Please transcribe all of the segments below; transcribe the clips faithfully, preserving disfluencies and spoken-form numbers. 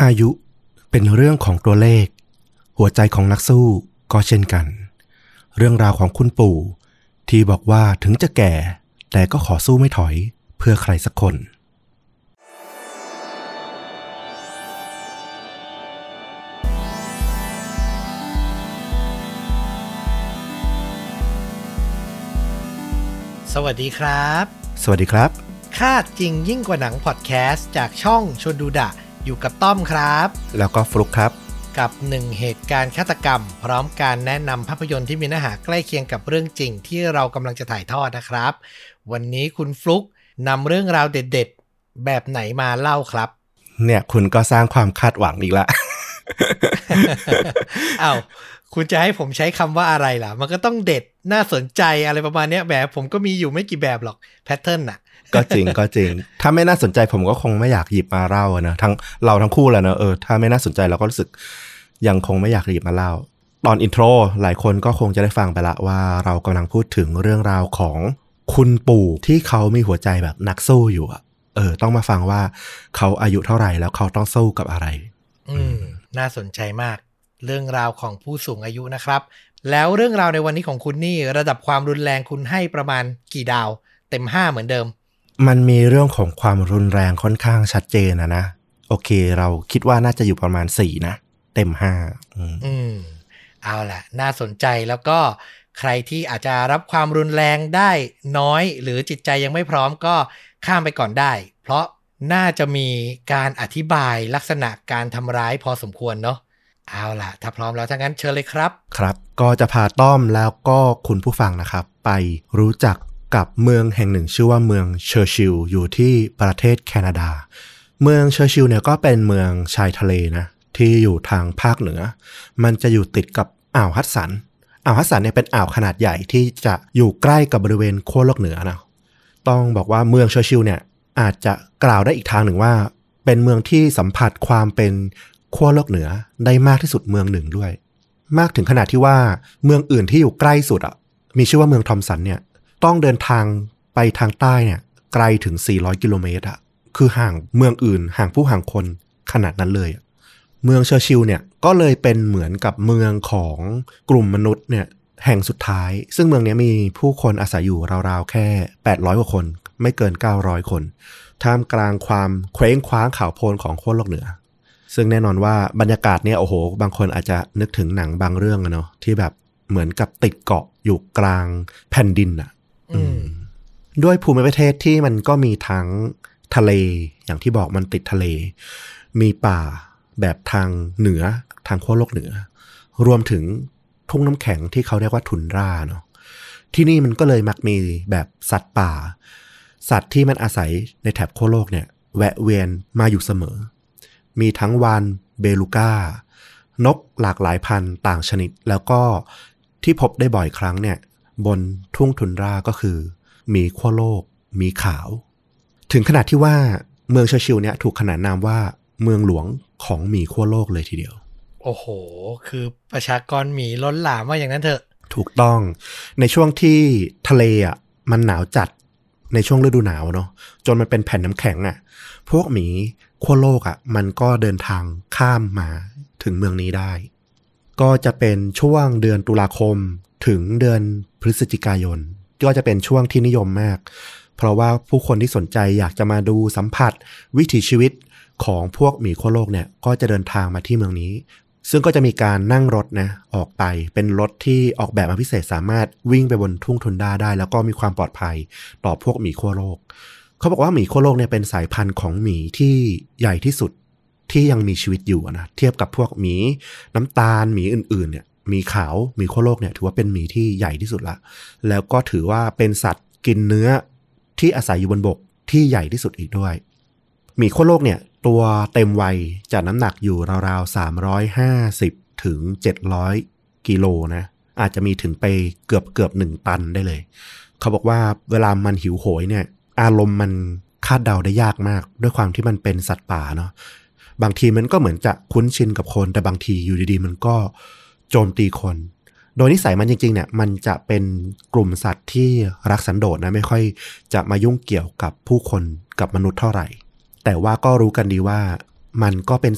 อายุเป็นเรื่องของตัวเลขหัวใจของนักสู้ก็เช่นกันเรื่องราวของคุณปู่ที่บอกว่าถึงจะแก่แต่ก็ขอสู้ไม่ถอยเพื่อใครสักคนสวัสดีครับสวัสดีครับคาดจริงยิ่งกว่าหนังพอดแคสต์จากช่องชวนดูดะอยู่กับต้อมครับแล้วก็ฟลุ๊กครับกับหนึ่งเหตุการณ์ฆาตกรรมพร้อมการแนะนำภาพยนตร์ที่มีเนื้อหาใกล้เคียงกับเรื่องจริงที่เรากำลังจะถ่ายทอดนะครับวันนี้คุณฟลุ๊กนำเรื่องราวเด็ดๆแบบไหนมาเล่าครับเนี่ยคุณก็สร้างความคาดหวังอีกละอ้าวคุณจะให้ผมใช้คำว่าอะไรล่ะมันก็ต้องเด็ดน่าสนใจอะไรประมาณนี้แบบผมก็มีอยู่ไม่กี่แบบหรอกแพทเทิร์นน่ะก็จริงก็จริงถ้าไม่น่าสนใจผมก็คงไม่อยากหยิบมาเล่านะทั้งเราทั้งคู่แหละเนอะเออถ้าไม่น่าสนใจเราก็รู้สึกยังคงไม่อยากหยิบมาเล่าตอนอินโทรหลายคนก็คงจะได้ฟังไปละว่าเรากำลังพูดถึงเรื่องราวของคุณปู่ที่เขามีหัวใจแบบนักสู้อยู่อ่ะเออต้องมาฟังว่าเขาอายุเท่าไหร่แล้วเขาต้องสู้กับอะไรอืมน่าสนใจมากเรื่องราวของผู้สูงอายุนะครับแล้วเรื่องราวในวันนี้ของคุณนี่ระดับความรุนแรงคุณให้ประมาณกี่ดาวเต็มห้าเหมือนเดิมมันมีเรื่องของความรุนแรงค่อนข้างชัดเจนนะนะโอเคเราคิดว่าน่าจะอยู่ประมาณสี่นะเต็มห้าอืมอืมเอาล่ะน่าสนใจแล้วก็ใครที่อาจจะรับความรุนแรงได้น้อยหรือจิตใจยังไม่พร้อมก็ข้ามไปก่อนได้เพราะน่าจะมีการอธิบายลักษณะการทำร้ายพอสมควรเนาะเอาล่ะถ้าพร้อมแล้วถ้างั้นเชิญเลยครับครับก็จะพาต้อมแล้วก็คุณผู้ฟังนะครับไปรู้จักกับเมืองแห่งหนึ่งชื่อว่าเมืองเชอร์ชิลอยู่ที่ประเทศแคนาดาเมืองเชอร์ชิลเนี่ยก็เป็นเมืองชายทะเลนะที่อยู่ทางภาคเหนือมันจะอยู่ติดกับอ่าวฮัดสันอ่าวฮัดสันเนี่ยเป็นอ่าวขนาดใหญ่ที่จะอยู่ใกล้กับบริเวณขั้วโลกเหนือนะต้องบอกว่าเมืองเชอร์ชิลเนี่ยอาจจะกล่าวได้อีกทางหนึ่งว่าเป็นเมืองที่สัมผัสความเป็นขั้วโลกเหนือได้มากที่สุดเมืองหนึ่งด้วยมากถึงขนาดที่ว่าเมืองอื่นที่อยู่ใกล้สุดอ่ะมีชื่อว่าเมืองทอมสันเนี่ยต้องเดินทางไปทางใต้เนี่ยไกลถึงสี่ร้อยกิโลเมตรอ่ะคือห่างเมืองอื่นห่างผู้ห่างคนขนาดนั้นเลยเมืองเชอร์ชิลเนี่ยก็เลยเป็นเหมือนกับเมืองของกลุ่มมนุษย์เนี่ยแห่งสุดท้ายซึ่งเมืองนี้มีผู้คนอาศัยอยู่ราวๆแค่แปดร้อยกว่าคนไม่เกินเก้าร้อยคนท่ามกลางความเคว้งคว้างข่าวโพลนของขั้วโลกเหนือซึ่งแน่นอนว่าบรรยากาศเนี่ยโอ้โหบางคนอาจจะนึกถึงหนังบางเรื่องอะเนาะที่แบบเหมือนกับติดเกาะอยู่กลางแผ่นดินอะด้วยภูมิประเทศที่มันก็มีทั้งทะเลอย่างที่บอกมันติดทะเลมีป่าแบบทางเหนือทางขั้วโลกเหนือรวมถึงทุ่งน้ำแข็งที่เขาเรียกว่าทุนราเนาะที่นี่มันก็เลยมักมีแบบสัตว์ป่าสัตว์ที่มันอาศัยในแถบขั้วโลกเนี่ยแวะเวียนมาอยู่เสมอมีทั้งวาฬเบลูก้านกหลากหลายพันธุ์ต่างชนิดแล้วก็ที่พบได้บ่อยครั้งเนี่ยบนทุ่งทุนราก็คือหมีขั้วโลกหมีขาวถึงขนาดที่ว่าเมืองเชอร์ชิลเนี่ยถูกขนานนามว่าเมืองหลวงของหมีขั้วโลกเลยทีเดียวโอ้โหคือประชากรหมีล้นหลามว่าอย่างนั้นเถอะถูกต้องในช่วงที่ทะเลอ่ะมันหนาวจัดในช่วงฤดูหนาวเนาะจนมันเป็นแผ่นน้ำแข็งอ่ะพวกหมีขั้วโลกอ่ะมันก็เดินทางข้ามมาถึงเมืองนี้ได้ก็จะเป็นช่วงเดือนตุลาคมถึงเดือนพฤศจิกายนก็จะเป็นช่วงที่นิยมมากเพราะว่าผู้คนที่สนใจอยากจะมาดูสัมผัสวิถีชีวิตของพวกหมีขั้วโลกเนี่ยก็จะเดินทางมาที่เมืองนี้ซึ่งก็จะมีการนั่งรถนะออกไปเป็นรถที่ออกแบบมาพิเศษสามารถวิ่งไปบนทุ่งทุนราได้แล้วก็มีความปลอดภัยต่อพวกหมีขั้วโลกเขาบอกว่าหมีขั้วโลกเนี่ยเป็นสายพันธุ์ของหมีที่ใหญ่ที่สุดที่ยังมีชีวิตอยู่นะเทียบกับพวกหมีน้ำตาลหมีอื่นๆเนี่ยหมีขาวหมีขั้วโลกเนี่ยถือว่าเป็นหมีที่ใหญ่ที่สุดละแล้วก็ถือว่าเป็นสัตว์กินเนื้อที่อาศัยอยู่บนบกที่ใหญ่ที่สุดอีกด้วยหมีขั้วโลกเนี่ยตัวเต็มวัยจะน้ำหนักอยู่ราวๆสามร้อยห้าสิบถึงเจ็ดร้อยกิโลนะอาจจะมีถึงไปเกือบเกือบหนึ่งตันได้เลยเขาบอกว่าเวลามันหิวโหยเนี่ยอารมณ์มันคาดเดาได้ยากมากด้วยความที่มันเป็นสัตว์ป่าเนาะบางทีมันก็เหมือนจะคุ้นชินกับคนแต่บางทีอยู่ดีๆมันก็โจมตีคนโดยนิสัยมันจริงๆเนี่ยมันจะเป็นกลุ่มสัตว์ที่รักสันโดษนะไม่ค่อยจะมายุ่งเกี่ยวกับผู้คนกับมนุษย์เท่าไหร่แต่ว่าก็รู้กันดีว่ามันก็เป็นสัตว์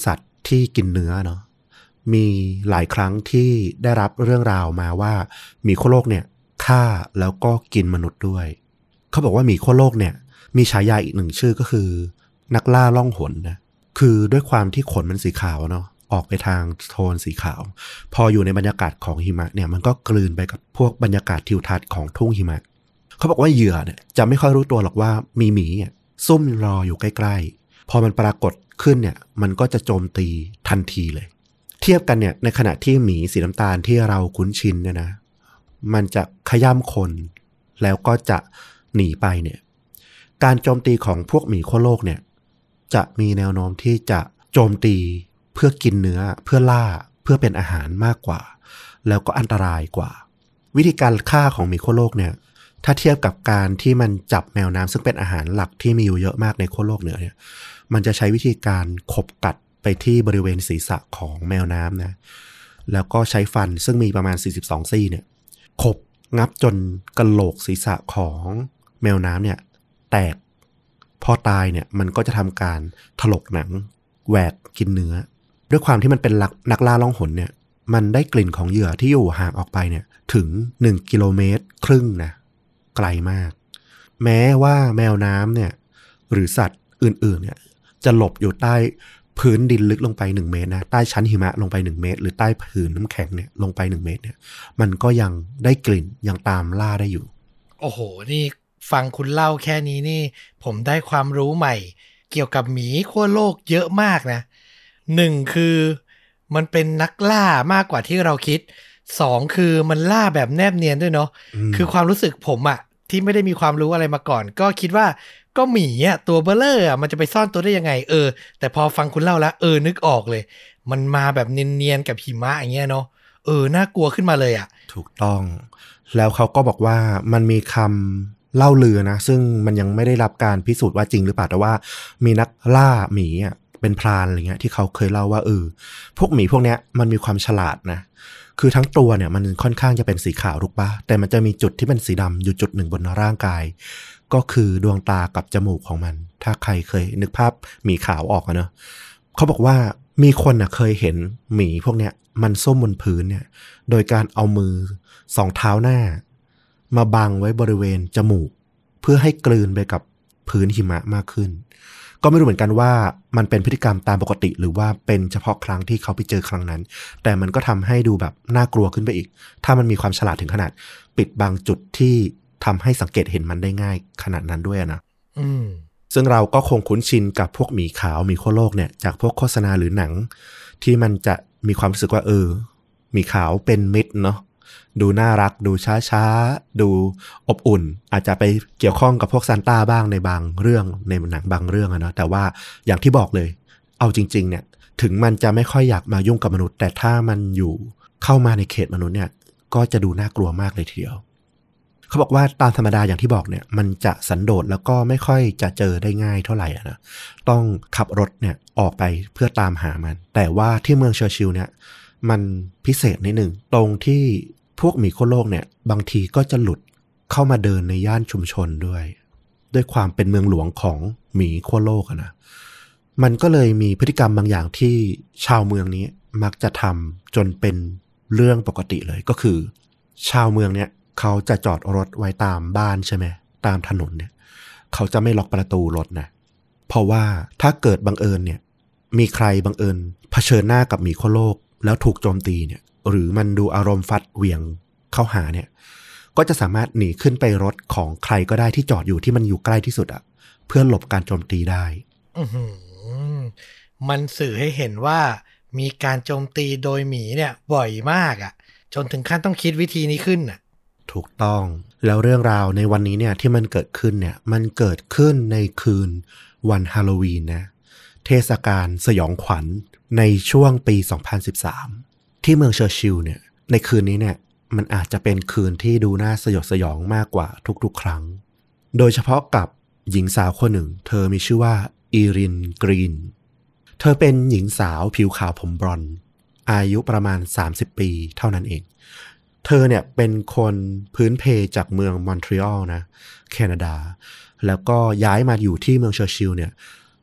ที่กินเนื้อเนาะมีหลายครั้งที่ได้รับเรื่องราวมาว่าหมีขั้วโลกเนี่ยฆ่าแล้วก็กินมนุษย์ด้วยเขาบอกว่าหมีขั้วโลกเนี่ยมีฉายาอีกหนึ่งชื่อก็คือนักล่าล่องหนนะคือด้วยความที่ขนมันสีขาวเนาะออกไปทางโทนสีขาวพออยู่ในบรรยากาศของหิมะเนี่ยมันก็กลืนไปกับพวกบรรยากาศทิวทัศน์ของทุ่งหิมะเขาบอกว่าเหยื่อเนี่ยจะไม่ค่อยรู้ตัวหรอกว่ามีหมีอ่ะซุ่มรออยู่ใกล้ๆพอมันปรากฏขึ้นเนี่ยมันก็จะโจมตีทันทีเลยเทียบกันเนี่ยในขณะที่หมีสีน้ำตาลที่เราคุ้นชินเนี่ยนะมันจะขย้ำคนแล้วก็จะหนีไปเนี่ยการโจมตีของพวกหมีขั้วโลกเนี่ยจะมีแนวโน้มที่จะโจมตีเพื่อกินเนื้อเพื่อล่าเพื่อเป็นอาหารมากกว่าแล้วก็อันตรายกว่าวิธีการฆ่าของหมีขั้วโลกเนี่ยถ้าเทียบกับการที่มันจับแมวน้ำซึ่งเป็นอาหารหลักที่มีอยู่เยอะมากในขั้วโลกเหนือเนี่ยมันจะใช้วิธีการขบกัดไปที่บริเวณศีรษะของแมวน้ำนะแล้วก็ใช้ฟันซึ่งมีประมาณสี่สิบสองซี่เนี่ยขบงับจนกะโหลกศีรษะของแมวน้ำเนี่ยแตกพอตายเนี่ยมันก็จะทำการถลกหนังแหวกกินเนื้อด้วยความที่มันเป็นนักล่าล่องหนเนี่ยมันได้กลิ่นของเหยื่อที่อยู่ห่างออกไปเนี่ยถึงหนึ่งกิโลเมตรครึ่งนะไกลมากแม้ว่าแมวน้ำเนี่ยหรือสัตว์อื่นๆเนี่ยจะหลบอยู่ใต้พื้นดินลึกลงไปหนึ่งเมตรนะใต้ชั้นหิมะลงไปหนึ่งเมตรหรือใต้ผืนน้ำแข็งเนี่ยลงไปหนึ่งเมตรเนี่ยมันก็ยังได้กลิ่นยังตามล่าได้อยู่โอ้โหนี่ฟังคุณเล่าแค่นี้นี่ผมได้ความรู้ใหม่เกี่ยวกับหมีขั้วโลกเยอะมากนะหนึ่งคือมันเป็นนักล่ามากกว่าที่เราคิดสองคือมันล่าแบบแนบเนียนด้วยเนาะคือความรู้สึกผมอะที่ไม่ได้มีความรู้อะไรมาก่อนก็คิดว่าก็หมีอ่ะตัวเบลเลอร์อ่ะมันจะไปซ่อนตัวได้ยังไงเออแต่พอฟังคุณเล่าแล้วเออนึกออกเลยมันมาแบบเนียนๆกับหิมะอย่างเงี้ยเนาะเออน่ากลัวขึ้นมาเลยอ่ะถูกต้องแล้วเขาก็บอกว่ามันมีคำเล่าลือนะซึ่งมันยังไม่ได้รับการพิสูจน์ว่าจริงหรือเปล่าแต่ว่ามีนักล่าหมีอ่ะเป็นพรานอะไรเงี้ยที่เขาเคยเล่าว่าเออพวกหมีพวกเนี้ยมันมีความฉลาดนะคือทั้งตัวเนี่ยมันค่อนข้างจะเป็นสีขาวถูกปะแต่มันจะมีจุดที่เป็นสีดำอยู่จุดหนึ่งบนร่างกายก็คือดวงตากับจมูกของมันถ้าใครเคยนึกภาพหมีขาวออกอะเนอะเขาบอกว่ามีคนน่ะเคยเห็นหมีพวกเนี้ยมันส้มบนพื้นเนี่ยโดยการเอามือสองเท้าหน้ามาบังไว้บริเวณจมูกเพื่อให้กลืนไปกับพื้นหิมะมากขึ้นก็ไม่รู้เหมือนกันว่ามันเป็นพฤติกรรมตามปกติหรือว่าเป็นเฉพาะครั้งที่เขาไปเจอครั้งนั้นแต่มันก็ทำให้ดูแบบน่ากลัวขึ้นไปอีกถ้ามันมีความฉลาดถึงขนาดปิดบังจุดที่ทำให้สังเกตเห็นมันได้ง่ายขนาดนั้นด้วยนะอืมซึ่งเราก็คงคุ้นชินกับพวกหมีขาวหมีขั้วโลกเนี่ยจากพวกโฆษณาหรือหนังที่มันจะมีความรู้สึกว่าเออหมีขาวเป็นมิตรเนาะดูน่ารักดูช้าๆดูอบอุ่นอาจจะไปเกี่ยวข้องกับพวกซานต้าบ้างในบางเรื่องในหนังบางเรื่องอะเนาะแต่ว่าอย่างที่บอกเลยเอาจริงๆเนี่ยถึงมันจะไม่ค่อยอยากมายุ่งกับมนุษย์แต่ถ้ามันอยู่เข้ามาในเขตมนุษย์เนี่ยก็จะดูน่ากลัวมากเลยทีเดียวเขาบอกว่าตามธรรมดาอย่างที่บอกเนี่ยมันจะสันโดษแล้วก็ไม่ค่อยจะเจอได้ง่ายเท่าไหร่อ่ะนะต้องขับรถเนี่ยออกไปเพื่อตามหามันแต่ว่าที่เมืองเชอร์ชิลเนี่ยมันพิเศษนิดหนึ่งตรงที่พวกหมีขั้วโลกเนี่ยบางทีก็จะหลุดเข้ามาเดินในย่านชุมชนด้วยด้วยความเป็นเมืองหลวงของหมีขั้วโลกอะนะมันก็เลยมีพฤติกรรมบางอย่างที่ชาวเมืองนี้มักจะทำจนเป็นเรื่องปกติเลยก็คือชาวเมืองเนี่ยเขาจะจอดรถไว้ตามบ้านใช่ไหมตามถนนเนี่ยเขาจะไม่ล็อกประตูรถนะเพราะว่าถ้าเกิดบังเอิญเนี่ยมีใครบังเอิญเผชิญหน้ากับหมีขั้วโลกแล้วถูกโจมตีเนี่ยหรือมันดูอารมณ์ฟัดเหวี่ยงเข้าหาเนี่ยก็จะสามารถหนีขึ้นไปรถของใครก็ได้ที่จอดอยู่ที่มันอยู่ใกล้ที่สุดอ่ะเพื่อหลบการโจมตีได้อือหือมันสื่อให้เห็นว่ามีการโจมตีโดยหมีเนี่ยบ่อยมากอ่ะจนถึงขั้นต้องคิดวิธีนี้ขึ้นอ่ะถูกต้องแล้วเรื่องราวในวันนี้เนี่ยที่มันเกิดขึ้นเนี่ยมันเกิดขึ้นในคืนวันฮาโลวีนนะเทศกาลสยองขวัญในช่วงปีสองพันสิบสามที่เมืองเชอร์ชิลเนี่ยในคืนนี้เนี่ยมันอาจจะเป็นคืนที่ดูน่าสยดสยองมากกว่าทุกๆครั้งโดยเฉพาะกับหญิงสาวคนหนึ่งเธอมีชื่อว่าอีรินกรีนเธอเป็นหญิงสาวผิวขาวผมบลอนด์อายุประมาณสามสิบปีเท่านั้นเองเธอเนี่ยเป็นคนพื้นเพจากเมืองมอนทรีออลนะแคนาดาแล้วก็ย้ายมาอยู่ที่เมืองเชอร์ชิลเนี่ย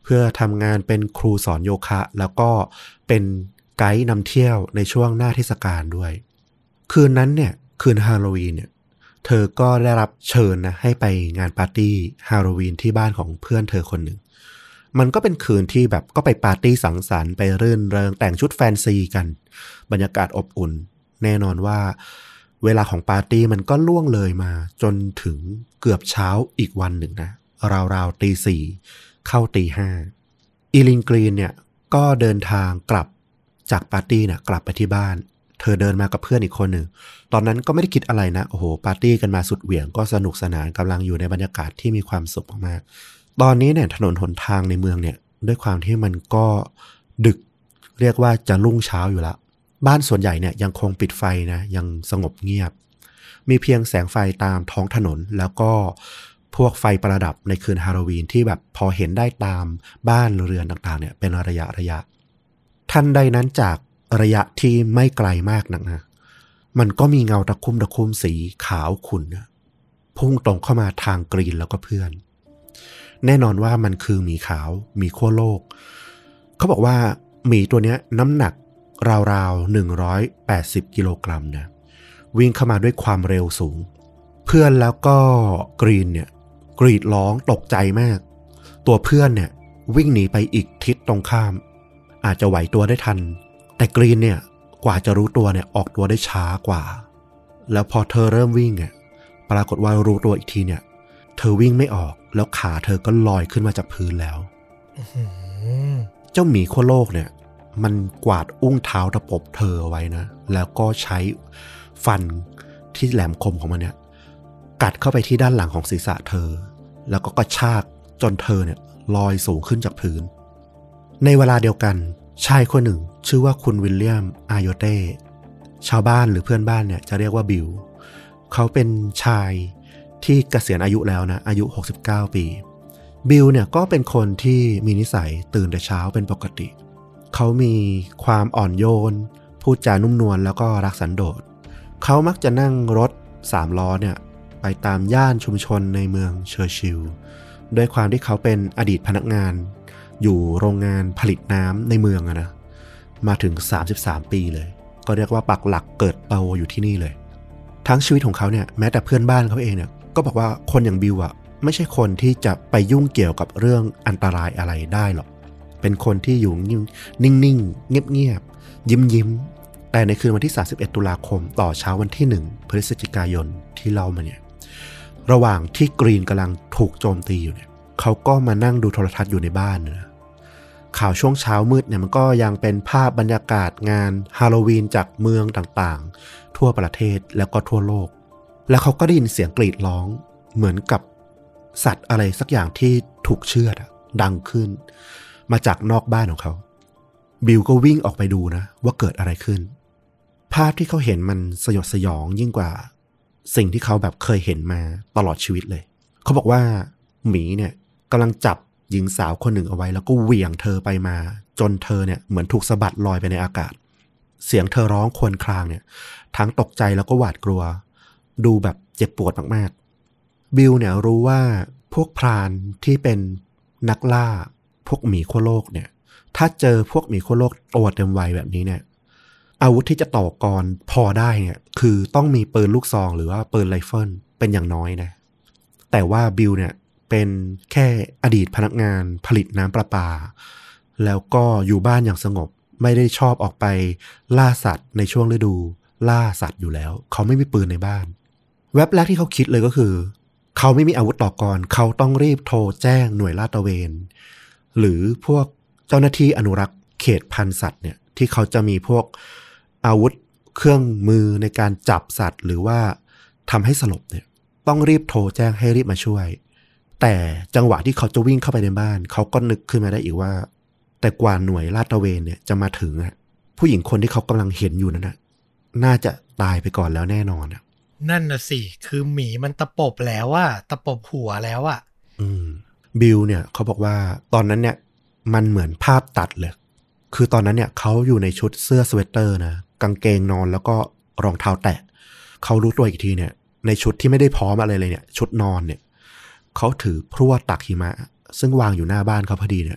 เพื่อทำงานเป็นครูสอนโยคะแล้วก็เป็นไกด์นำเที่ยวในช่วงหน้าเทศกาลด้วยคืนนั้นเนี่ยคืนฮาโลวีนเนี่ยเธอก็ได้รับเชิญนะให้ไปงานปาร์ตี้ฮาโลวีนที่บ้านของเพื่อนเธอคนหนึ่งมันก็เป็นคืนที่แบบก็ไปปาร์ตี้สังสรรค์ไปรื่นเริงแต่งชุดแฟนซีกันบรรยากาศอบอุ่นแน่นอนว่าเวลาของปาร์ตี้มันก็ล่วงเลยมาจนถึงเกือบเช้าอีกวันหนึ่งนะราวๆตีสี่เข้าตีห้าอีลินกรีนเนี่ยก็เดินทางกลับจากปาร์ตี้เนี่ยกลับไปที่บ้านเธอเดินมากับเพื่อนอีกคนหนึ่งตอนนั้นก็ไม่ได้คิดอะไรนะโอ้โหปาร์ตี้กันมาสุดเหวี่ยงก็สนุกสนานกำลังอยู่ในบรรยากาศที่มีความสุขมากๆตอนนี้เนี่ยถนนหนทางในเมืองเนี่ยด้วยความที่มันก็ดึกเรียกว่าจะรุ่งเช้าอยู่แล้วบ้านส่วนใหญ่เนี่ยยังคงปิดไฟนะยังสงบเงียบมีเพียงแสงไฟตามท้องถนนแล้วก็พวกไฟประดับในคืนฮาโลวีนที่แบบพอเห็นได้ตามบ้านเรือนต่างๆเนี่ยเป็นระยะระยะทันใดนั้นจากระยะที่ไม่ไกลมากนักนะมันก็มีเงาตะคุ่มตะคุ่มสีขาวขุ่นนะพุ่งตรงเข้ามาทางกรีนแล้วก็เพื่อนแน่นอนว่ามันคือหมีขาวหมีขั้วโลกเขาบอกว่าหมีตัวนี้น้ำหนักราวๆหนึ่งร้อยแปดสิบกิโลกรัมนะวิ่งเข้ามาด้วยความเร็วสูงเพื่อนแล้วก็กรีนเนี่ยกรีดร้องตกใจมากตัวเพื่อนเนี่ยวิ่งหนีไปอีกทิศตรงข้ามอาจจะไหวตัวได้ทันแต่กรีนเนี่ยกว่าจะรู้ตัวเนี่ยออกตัวได้ช้ากว่าแล้วพอเธอเริ่มวิ่งเนี่ยปรากฏว่ารู้ตัวอีกทีเนี่ยเธอวิ่งไม่ออกแล้วขาเธอก็ลอยขึ้นมาจากพื้นแล้วเจ้าหมีขั้วโลกเนี่ยมันกวาดอุ้งเท้าตะปบเธอไว้นะแล้วก็ใช้ฟันที่แหลมคมของมันเนี่ยกัดเข้าไปที่ด้านหลังของศีรษะเธอแล้วก็กระชากจนเธอเนี่ยลอยสูงขึ้นจากพื้นในเวลาเดียวกันชายคนหนึ่งชื่อว่าคุณวิลเลียมอาโยเต้ชาวบ้านหรือเพื่อนบ้านเนี่ยจะเรียกว่าบิลเขาเป็นชายที่เกษียณอายุแล้วนะอายุหกสิบเก้าปีบิลเนี่ยก็เป็นคนที่มีนิสัยตื่นแต่เช้าเป็นปกติเขามีความอ่อนโยนพูดจานุ่มนวลแล้วก็รักสันโดษเขามักจะนั่งรถสามล้อเนี่ยไปตามย่านชุมชนในเมืองเชอร์ชิลด้วยความที่เขาเป็นอดีตพนักงานอยู่โรงงานผลิตน้ำในเมืองอะนะมาถึงสามสิบสามปีเลยก็เรียกว่าปักหลักเกิดโตอยู่ที่นี่เลยทั้งชีวิตของเขาเนี่ยแม้แต่เพื่อนบ้านเขาเองเนี่ยก็บอกว่าคนอย่างบิลอะไม่ใช่คนที่จะไปยุ่งเกี่ยวกับเรื่องอันตรายอะไรได้หรอกเป็นคนที่อยู่นิ่งๆเงียบๆยิ้มๆแต่ในคืนวันที่สามสิบเอ็ดตุลาคมต่อเช้าวันที่หนึ่งพฤศจิกายนที่เล่ามาเนี่ยระหว่างที่กรีนกำลังถูกโจมตีอยู่เนี่ยเขาก็มานั่งดูโทรทัศน์อยู่ในบ้านนะข่าวช่วงเช้ามืดเนี่ยมันก็ยังเป็นภาพบรรยากาศงานฮาโลวีนจากเมืองต่างๆทั่วประเทศแล้วก็ทั่วโลกแล้วเขาก็ได้ยินเสียงกรีดร้องเหมือนกับสัตว์อะไรสักอย่างที่ถูกเชือดดังขึ้นมาจากนอกบ้านของเขาบิลก็วิ่งออกไปดูนะว่าเกิดอะไรขึ้นภาพที่เขาเห็นมันสยดสยองยิ่งกว่าสิ่งที่เขาแบบเคยเห็นมาตลอดชีวิตเลยเขาบอกว่าหมีเนี่ยกำลังจับหญิงสาวคนหนึ่งเอาไว้แล้วก็เหวี่ยงเธอไปมาจนเธอเนี่ยเหมือนถูกสะบัดลอยไปในอากาศเสียงเธอร้องครวญครางเนี่ยทั้งตกใจแล้วก็หวาดกลัวดูแบบเจ็บปวดมากๆบิลเนี่ยรู้ว่าพวกพรานที่เป็นนักล่าพวกหมีขั้วโลกเนี่ยถ้าเจอพวกหมีขั้วโลกตัวเต็มวัยแบบนี้เนี่ยอาวุธที่จะต่อกรพอได้เนี่ยคือต้องมีปืนลูกซองหรือว่าปืนไรเฟิลเป็นอย่างน้อยนะแต่ว่าบิลเนี่ยเป็นแค่อดีตพนักงานผลิตน้ำประปาแล้วก็อยู่บ้านอย่างสงบไม่ได้ชอบออกไปล่าสัตว์ในช่วงฤดูล่าสัตว์อยู่แล้วเขาไม่มีปืนในบ้านแว็บแรกที่เขาคิดเลยก็คือเขาไม่มีอาวุธต่อกรเขาต้องรีบโทรแจ้งหน่วยลาดตระเวนหรือพวกเจ้าหน้าที่อนุรักษ์เขตพันธุ์สัตว์เนี่ยที่เขาจะมีพวกอาวุธเครื่องมือในการจับสัตว์หรือว่าทำให้สลบเนี่ยต้องรีบโทรแจ้งให้รีบมาช่วยแต่จังหวะที่เขาจะวิ่งเข้าไปในบ้านเขาก็นึกขึ้นมาได้อีกว่าแต่กว่าหน่วยลาดตระเวนเนี่ยจะมาถึงอ่ะผู้หญิงคนที่เขากำลังเห็นอยู่นั้นนะน่าจะตายไปก่อนแล้วแน่นอนอ่ะนั่นน่ะสิคือหมีมันตะปบแล้วอะตะปบหัวแล้วอะอืมบิลเนี่ยเขาบอกว่าตอนนั้นเนี่ยมันเหมือนภาพตัดเลยคือตอนนั้นเนี่ยเขาอยู่ในชุดเสื้อสเวตเตอร์นะกางเกงนอนแล้วก็รองเท้าแตะเขารู้ตัวอีกทีเนี่ยในชุดที่ไม่ได้พร้อมอะไรเลยเนี่ยชุดนอนเนี่ยเขาถือพรวดตักหิมะซึ่งวางอยู่หน้าบ้านเขาพอดีเนี่ย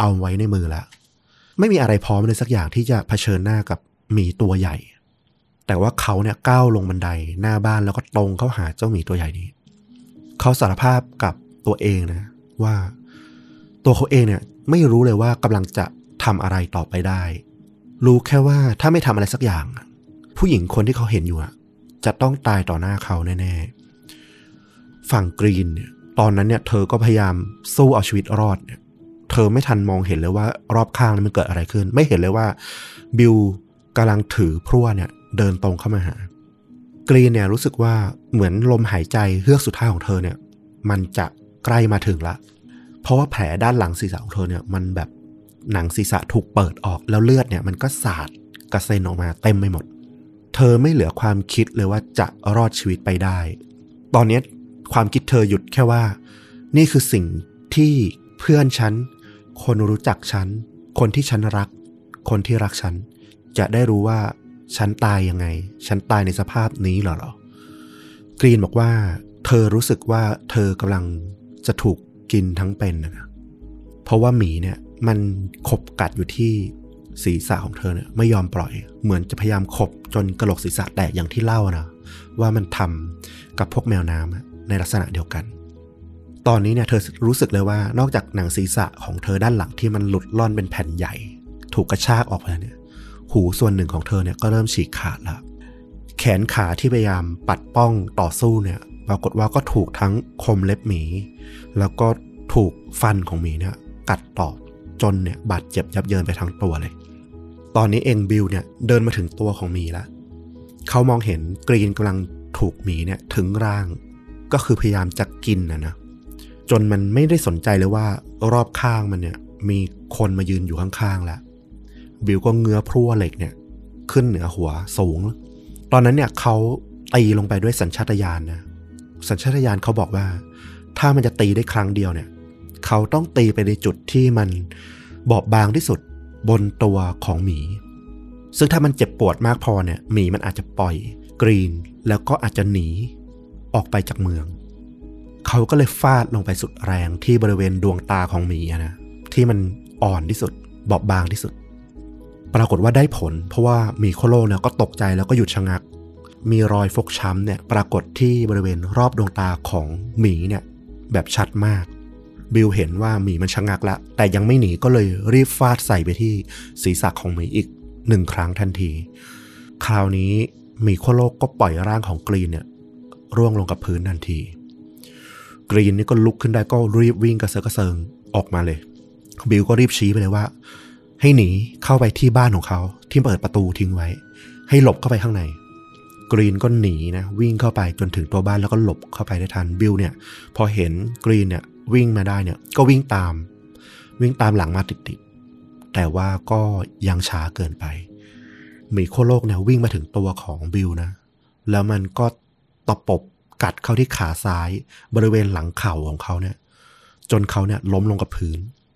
เอาไว้ในมือแล้วไม่มีอะไรพร้อมเลยสักอย่างที่จะเผชิญหน้ากับหมีตัวใหญ่แต่ว่าเขาเนี่ยก้าวลงบันไดหน้าบ้านแล้วก็ตรงเข้าหาเจ้าหมีตัวใหญ่นี้เขาสารภาพกับตัวเองนะว่าตัวเขาเองเนี่ยไม่รู้เลยว่ากำลังจะทำอะไรต่อไปได้รู้แค่ว่าถ้าไม่ทำอะไรสักอย่างผู้หญิงคนที่เขาเห็นอยู่อะจะต้องตายต่อหน้าเขาแน่ๆฝั่งกรีนเนี่ยตอนนั้นเนี่ยเธอก็พยายามสู้เอาชีวิตรอดเนี่ยเธอไม่ทันมองเห็นเลยว่ารอบข้างมันเกิดอะไรขึ้นไม่เห็นเลยว่าบิลกำลังถือพลั่วเนี่ยเดินตรงเข้ามาหากรีนเนี่ยรู้สึกว่าเหมือนลมหายใจเฮือกสุดท้ายของเธอเนี่ยมันจะใกล้มาถึงละเพราะว่าแผลด้านหลังศีรษะของเธอเนี่ยมันแบบหนังศีรษะถูกเปิดออกแล้วเลือดเนี่ยมันก็สาดกระเซ็นออกมาเต็มไปหมดเธอไม่เหลือความคิดเลยว่าจะรอดชีวิตไปได้ตอนนี้ความคิดเธอหยุดแค่ว่านี่คือสิ่งที่เพื่อนฉันคนรู้จักฉันคนที่ฉันรักคนที่รักฉันจะได้รู้ว่าฉันตายยังไงฉันตายในสภาพนี้เหรอกรีนบอกว่าเธอรู้สึกว่าเธอกำลังจะถูกกินทั้งเป็นนะเพราะว่าหมีเนี่ยมันขบกัดอยู่ที่ศีรษะของเธอเนี่ยไม่ยอมปล่อยเหมือนจะพยายามขบจนกระโหลกศีรษะแตกอย่างที่เล่านะว่ามันทำกับพวกแมวน้ำในลักษณะเดียวกันตอนนี้เนี่ยเธอรู้สึกเลยว่านอกจากหนังศีรษะของเธอด้านหลังที่มันหลุดล่อนเป็นแผ่นใหญ่ถูกกระชากออกไปเนี่ยหูส่วนหนึ่งของเธอเนี่ยก็เริ่มฉีกขาดแล้วแขนขาที่พยายามปัดป้องต่อสู้เนี่ยปรากฏว่าก็ถูกทั้งคมเล็บหมีแล้วก็ถูกฟันของหมีเนี่ยกัดต่อจนเนี่ยบาดเจ็บยับเยินไปทั้งตัวเลยตอนนี้เองบิลเนี่ยเดินมาถึงตัวของหมีแล้วเขามองเห็นกรีนกำลังถูกหมีเนี่ยถึงร่างก็คือพยายามจะกินนะนะจนมันไม่ได้สนใจเลยว่ารอบข้างมันเนี่ยมีคนมายืนอยู่ข้างๆแล้วบิลก็เงื้อพลั่วเหล็กเนี่ยขึ้นเหนือหัวสูงตอนนั้นเนี่ยเขาตีลงไปด้วยสัญชาตญาณนะสัญชาตญาณเขาบอกว่าถ้ามันจะตีได้ครั้งเดียวเนี่ยเขาต้องตีไปในจุดที่มันบอบบางที่สุดบนตัวของหมีซึ่งถ้ามันเจ็บปวดมากพอเนี่ยหมีมันอาจจะปล่อยกรีนแล้วก็อาจจะหนีออกไปจากเมืองเขาก็เลยฟาดลงไปสุดแรงที่บริเวณดวงตาของหมีนะที่มันอ่อนที่สุดบอบบางที่สุดปรากฏว่าได้ผลเพราะว่าหมีโคโลเนี่ยก็ตกใจแล้วก็หยุดชะงักมีรอยฟกช้ำเนี่ยปรากฏที่บริเวณรอบดวงตาของหมีเนี่ยแบบชัดมากบิลเห็นว่าหมีมันชะงักแล้วแต่ยังไม่หนีก็เลยรีบฟาดใส่ไปที่ศีรษะของหมีอีกหนึ่งครั้งทันทีคราวนี้หมีโคโลก็ปล่อยร่างของกรีนเนี่ยร่วงลงกับพื้นทันทีกรีนนี่ก็ลุกขึ้นได้ก็รีบวิ่งกระเซาะกระเซิงออกมาเลยบิลก็รีบชี้ไปเลยว่าให้หนีเข้าไปที่บ้านของเขาที่เปิดประตูทิ้งไว้ให้หลบเข้าไปข้างในกรีนก็หนีนะวิ่งเข้าไปจนถึงตัวบ้านแล้วก็หลบเข้าไปได้ทันบิลเนี่ยพอเห็นกรีนเนี่ยวิ่งมาได้เนี่ยก็วิ่งตามวิ่งตามหลังมาติดๆแต่ว่าก็ยังช้าเกินไปหมีโคโลกเนี่ยวิ่งมาถึงตัวของบิลนะแล้วมันก็ตะปบกัดเข้าที่ขาซ้ายบริเวณหลังเข่าของเขาเนี่ยจนเขาเนี่ยล้มลงกับพื้น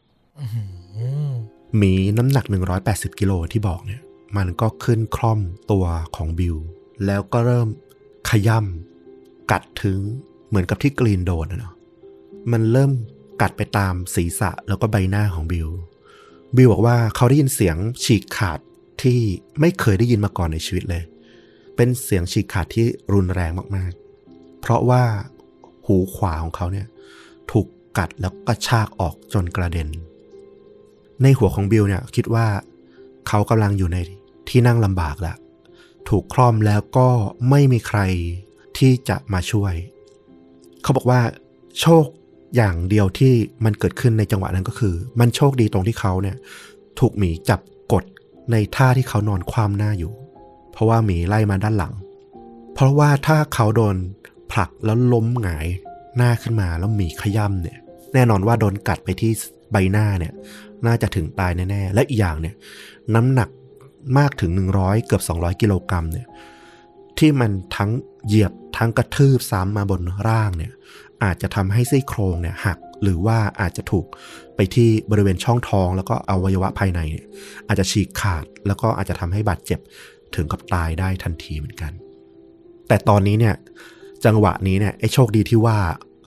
หมีน้ำหนักหนึ่งร้อยแปดสิบกิโลที่บอกเนี่ยมันก็ขึ้นคล่อมตัวของบิลแล้วก็เริ่มขย่ำกัดถึงเหมือนกับที่กรีนโดนนะเนาะมันเริ่มกัดไปตามศีรษะแล้วก็ใบหน้าของบิลบิลบอกว่าเขาได้ยินเสียงฉีกขาดที่ไม่เคยได้ยินมาก่อนในชีวิตเลยเป็นเสียงฉีกขาดที่รุนแรงมากๆเพราะว่าหูขวาของเขาเนี่ยถูกกัดแล้วกระชากออกจนกระเด็นในหัวของบิลเนี่ยคิดว่าเขากำลังอยู่ในที่นั่งลำบากแล้วถูกคล่อมแล้วก็ไม่มีใครที่จะมาช่วยเขาบอกว่าโชคอย่างเดียวที่มันเกิดขึ้นในจังหวะนั้นก็คือมันโชคดีตรงที่เขาเนี่ยถูกหมีจับกดในท่าที่เขานอนคว่ำหน้าอยู่เพราะว่าหมีไล่มาด้านหลังเพราะว่าถ้าเขาโดนผลักแล้วล้มหงายหน้าขึ้นมาแล้วหมีขย่ำเนี่ยแน่นอนว่าโดนกัดไปที่ใบหน้าเนี่ยน่าจะถึงตายแน่ๆและอีกอย่างเนี่ยน้ำหนักมากถึงหนึ่งร้อยเกือบสองร้อยกิโลกรัมเนี่ยที่มันทั้งเหยียบทั้งกระทืบซ้ำมาบนร่างเนี่ยอาจจะทำให้ซี่โครงเนี่ยหักหรือว่าอาจจะถูกไปที่บริเวณช่องท้องแล้วก็อวัยวะภายในเนี่ยอาจจะฉีกขาดแล้วก็อาจจะทำให้บาดเจ็บถึงกับตายได้ทันทีเหมือนกันแต่ตอนนี้เนี่ยจังหวะนี้เนี่ยไอ้โชคดีที่ว่า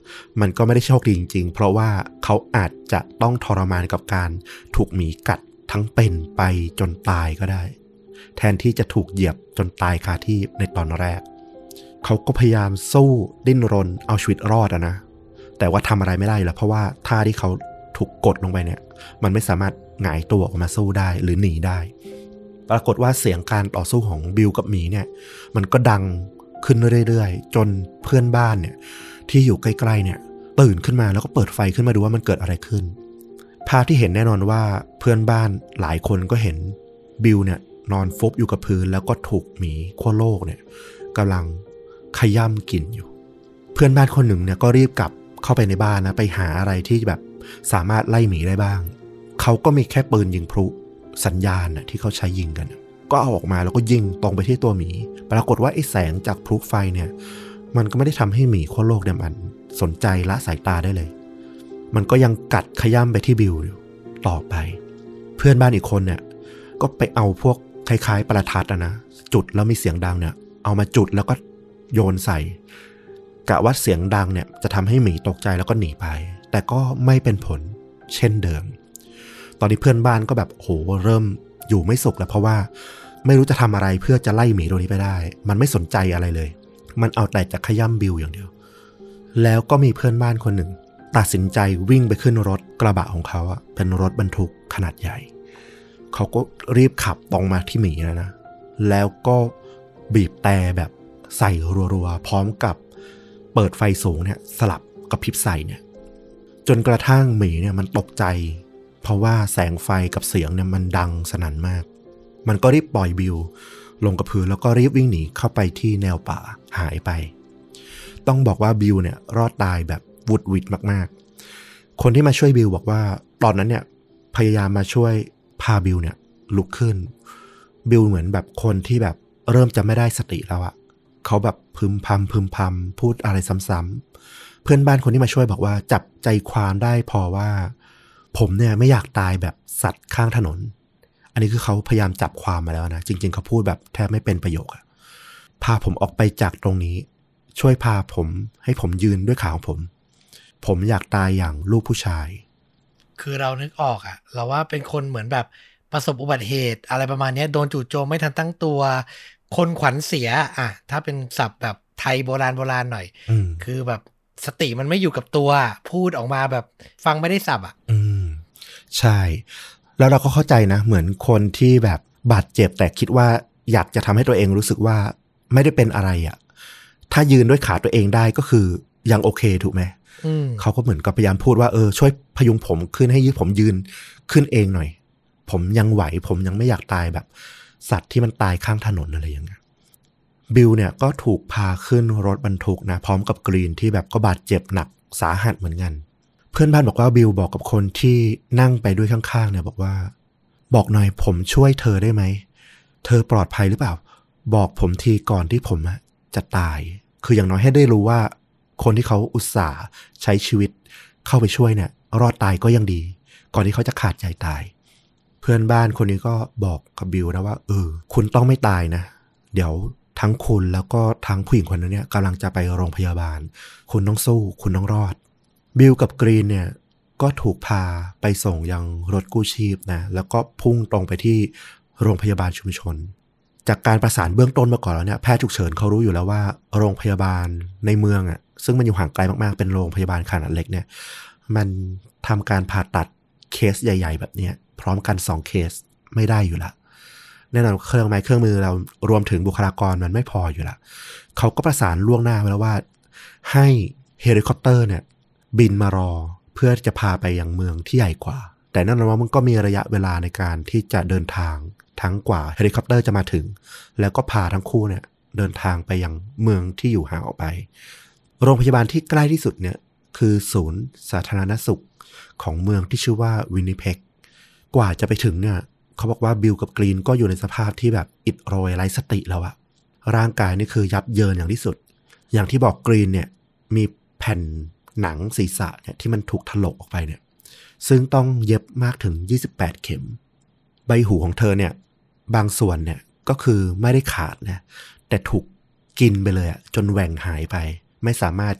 มันก็ไม่ได้โชคดีจริงๆเพราะว่าเขาอาจจะต้องทรมานกับการถูกหมีกัดทั้งเป็นไปจนตายก็ได้แทนที่จะถูกเหยียบจนตายคาที่ในตอนแรกเขาก็พยายามสู้ดิ้นรนเอาชีวิตรอดอะนะแต่ว่าทำอะไรไม่ได้แล้วเพราะว่าท่าที่เขาถูกกดลงไปเนี่ยมันไม่สามารถหงายตัวออกมาสู้ได้หรือหนีได้ปรากฏว่าเสียงการต่อสู้ของบิลกับหมีเนี่ยมันก็ดังขึ้นเรื่อยๆจนเพื่อนบ้านเนี่ยที่อยู่ใกล้ๆเนี่ยตื่นขึ้นมาแล้วก็เปิดไฟขึ้นมาดูว่ามันเกิดอะไรขึ้นภาพที่เห็นแน่นอนว่าเพื่อนบ้านหลายคนก็เห็นบิลเนี่ยนอนฟุบอยู่กับพื้นแล้วก็ถูกหมีขั้วโลกเนี่ยกำลังขย่ำกินอยู่เพื่อนบ้านคนหนึ่งเนี่ยก็รีบกลับเข้าไปในบ้านนะไปหาอะไรที่แบบสามารถไล่หมีได้บ้างเขาก็มีแค่ปืนยิงพลุสัญญาณนะที่เขาใช้ยิงกันก็เอาออกมาแล้วก็ยิงตรงไปที่ตัวหมีปรากฏว่าไอ้แสงจากพลุไฟเนี่ยมันก็ไม่ได้ทำให้หมีขั้วโลกเนี่ยมันสนใจละสายตาได้เลยมันก็ยังกัดขย่ำไปที่บิลอยู่ต่อไปเพื่อนบ้านอีกคนเนี่ยก็ไปเอาพวกคล้ายๆประทัดนะจุดแล้วมีเสียงดังเนี่ยเอามาจุดแล้วก็โยนใส่กะว่าเสียงดังเนี่ยจะทำให้หมีตกใจแล้วก็หนีไปแต่ก็ไม่เป็นผลเช่นเดิมตอนนี้เพื่อนบ้านก็แบบโหเริ่มอยู่ไม่สุขแล้วเพราะว่าไม่รู้จะทำอะไรเพื่อจะไล่หมีตัวนี้ไปได้มันไม่สนใจอะไรเลยมันเอาแต่จะขย่ำบิลอย่างเดียวแล้วก็มีเพื่อนบ้านคนหนึ่งตัดสินใจวิ่งไปขึ้นรถกระบะของเขาอะเป็นรถบรรทุกขนาดใหญ่เขาก็รีบขับตรงมาที่หมีแล้วนะแล้วก็บีบแต่แบบใส่รัวๆพร้อมกับเปิดไฟสูงเนี่ยสลับกับพริบใส่เนี่ยจนกระทั่งหมีเนี่ยมันตกใจเพราะว่าแสงไฟกับเสียงเนี่ยมันดังสนั่นมากมันก็รีบปล่อยบิลลงกับพื้นแล้วก็รีบวิ่งหนีเข้าไปที่แนวป่าหายไปต้องบอกว่าบิลเนี่ยรอดตายแบบวุดวิดมากๆคนที่มาช่วยบิลบอกว่าตอนนั้นเนี่ยพยายามมาช่วยพาบิลเนี่ยลุกขึ้นบิลเหมือนแบบคนที่แบบเริ่มจะไม่ได้สติแล้วอะเขาแบบพึมพำพึมพำพูดอะไรซ้ำๆเพื่อนบ้านคนที่มาช่วยบอกว่าจับใจความได้พอว่าผมเนี่ยไม่อยากตายแบบสัตว์ข้างถนนอันนี้คือเขาพยายามจับความมาแล้วนะจริงๆเขาพูดแบบแทบไม่เป็นประโยคอะพาผมออกไปจากตรงนี้ช่วยพาผมให้ผมยืนด้วยขาของผมผมอยากตายอย่างลูกผู้ชายคือเรานึกออกอะเราว่าเป็นคนเหมือนแบบประสบอุบัติเหตุอะไรประมาณนี้โดนจู่โจมไม่ทันตั้งตัวคนขวัญเสียอะถ้าเป็นศัพท์แบบไทยโบราณโบราณหน่อยคือแบบสติมันไม่อยู่กับตัวพูดออกมาแบบฟังไม่ได้สับอ่ะอืมใช่แล้วเราก็เข้าใจนะเหมือนคนที่แบบบาดเจ็บแต่คิดว่าอยากจะทำให้ตัวเองรู้สึกว่าไม่ได้เป็นอะไรอ่ะถ้ายืนด้วยขาตัวเองได้ก็คือยังโอเคถูกไหมเขาก็เหมือนกับพยายามพูดว่าเออช่วยพยุงผมขึ้นให้ยืดผมยืนขึ้นเองหน่อยผมยังไหวผมยังไม่อยากตายแบบสัตว์ที่มันตายข้างถนนอะไรอย่างเงี้ยบิลเนี่ยก็ถูกพาขึ้นรถบรรทุกนะพร้อมกับกรีนที่แบบก็บาดเจ็บหนักสาหัสเหมือนกันเพื่อนบ้านบอกว่าบิลบอกกับคนที่นั่งไปด้วยข้างๆเนี่ยบอกว่าบอกหน่อยผมช่วยเธอได้ไหมเธอปลอดภัยหรือเปล่าบอกผมทีก่อนที่ผมจะตายคืออย่างน้อยให้ได้รู้ว่าคนที่เขาอุตส่าห์ใช้ชีวิตเข้าไปช่วยเนี่ยรอดตายก็ยังดีก่อนที่เขาจะขาดใจตายเพื่อนบ้านคนนี้ก็บอกกับบิลนะว่าเออคุณต้องไม่ตายนะเดี๋ยวทั้งคุณแล้วก็ทั้งผู้หญิงคนนั้นเนี่ยกำลังจะไปโรงพยาบาลคุณต้องสู้คุณต้องรอดบิลกับกรีนเนี่ยก็ถูกพาไปส่งยังรถกู้ชีพนะแล้วก็พุ่งตรงไปที่โรงพยาบาลชุมชนจากการประสานเบื้องต้นมาก่อนแล้วเนี่ยแพทย์ฉุกเฉินเขารู้อยู่แล้วว่าโรงพยาบาลในเมืองอ่ะซึ่งมันอยู่ห่างไกลมากๆเป็นโรงพยาบาลขนาดเล็กเนี่ยมันทำการผ่าตัดเคสใหญ่ๆแบบนี้พร้อมกันสองเคสไม่ได้อยู่ละแน่นอนเครื่องไม้เครื่องมือเรารวมถึงบุคลากรมันไม่พออยู่ละเขาก็ประสานล่วงหน้าไว้แล้วว่าให้เฮลิคอปเตอร์เนี่ยบินมารอเพื่อจะพาไปยังเมืองที่ใหญ่กว่าแต่นั่นแปลว่ามันก็มีระยะเวลาในการที่จะเดินทางทั้งกว่าเฮลิคอปเตอร์จะมาถึงแล้วก็พาทั้งคู่เนี่ยเดินทางไปยังเมืองที่อยู่ห่างออกไปโรงพยาบาลที่ใกล้ที่สุดเนี่ยคือศูนย์สาธารณสุขของเมืองที่ชื่อว่าวินนิเพกกว่าจะไปถึงเนี่ยเขาบอกว่าบิลกับกรีนก็อยู่ในสภาพที่แบบอิดโรยไร้สติแล้วอะร่างกายนี่คือยับเยินอย่างที่สุดอย่างที่บอกกรีนเนี่ยมีแผ่นหนังศีรษะเนี่ยที่มันถูกถลกออกไปเนี่ยซึ่งต้องเย็บมากถึงยี่สิบแปดเข็มใบหูของเธอเนี่ยบางส่วนเนี่ยก็คือไม่ได้ขาดนะแต่ถูกกินไปเลยอะจนแหว่งหายไปไม่สามารถจะ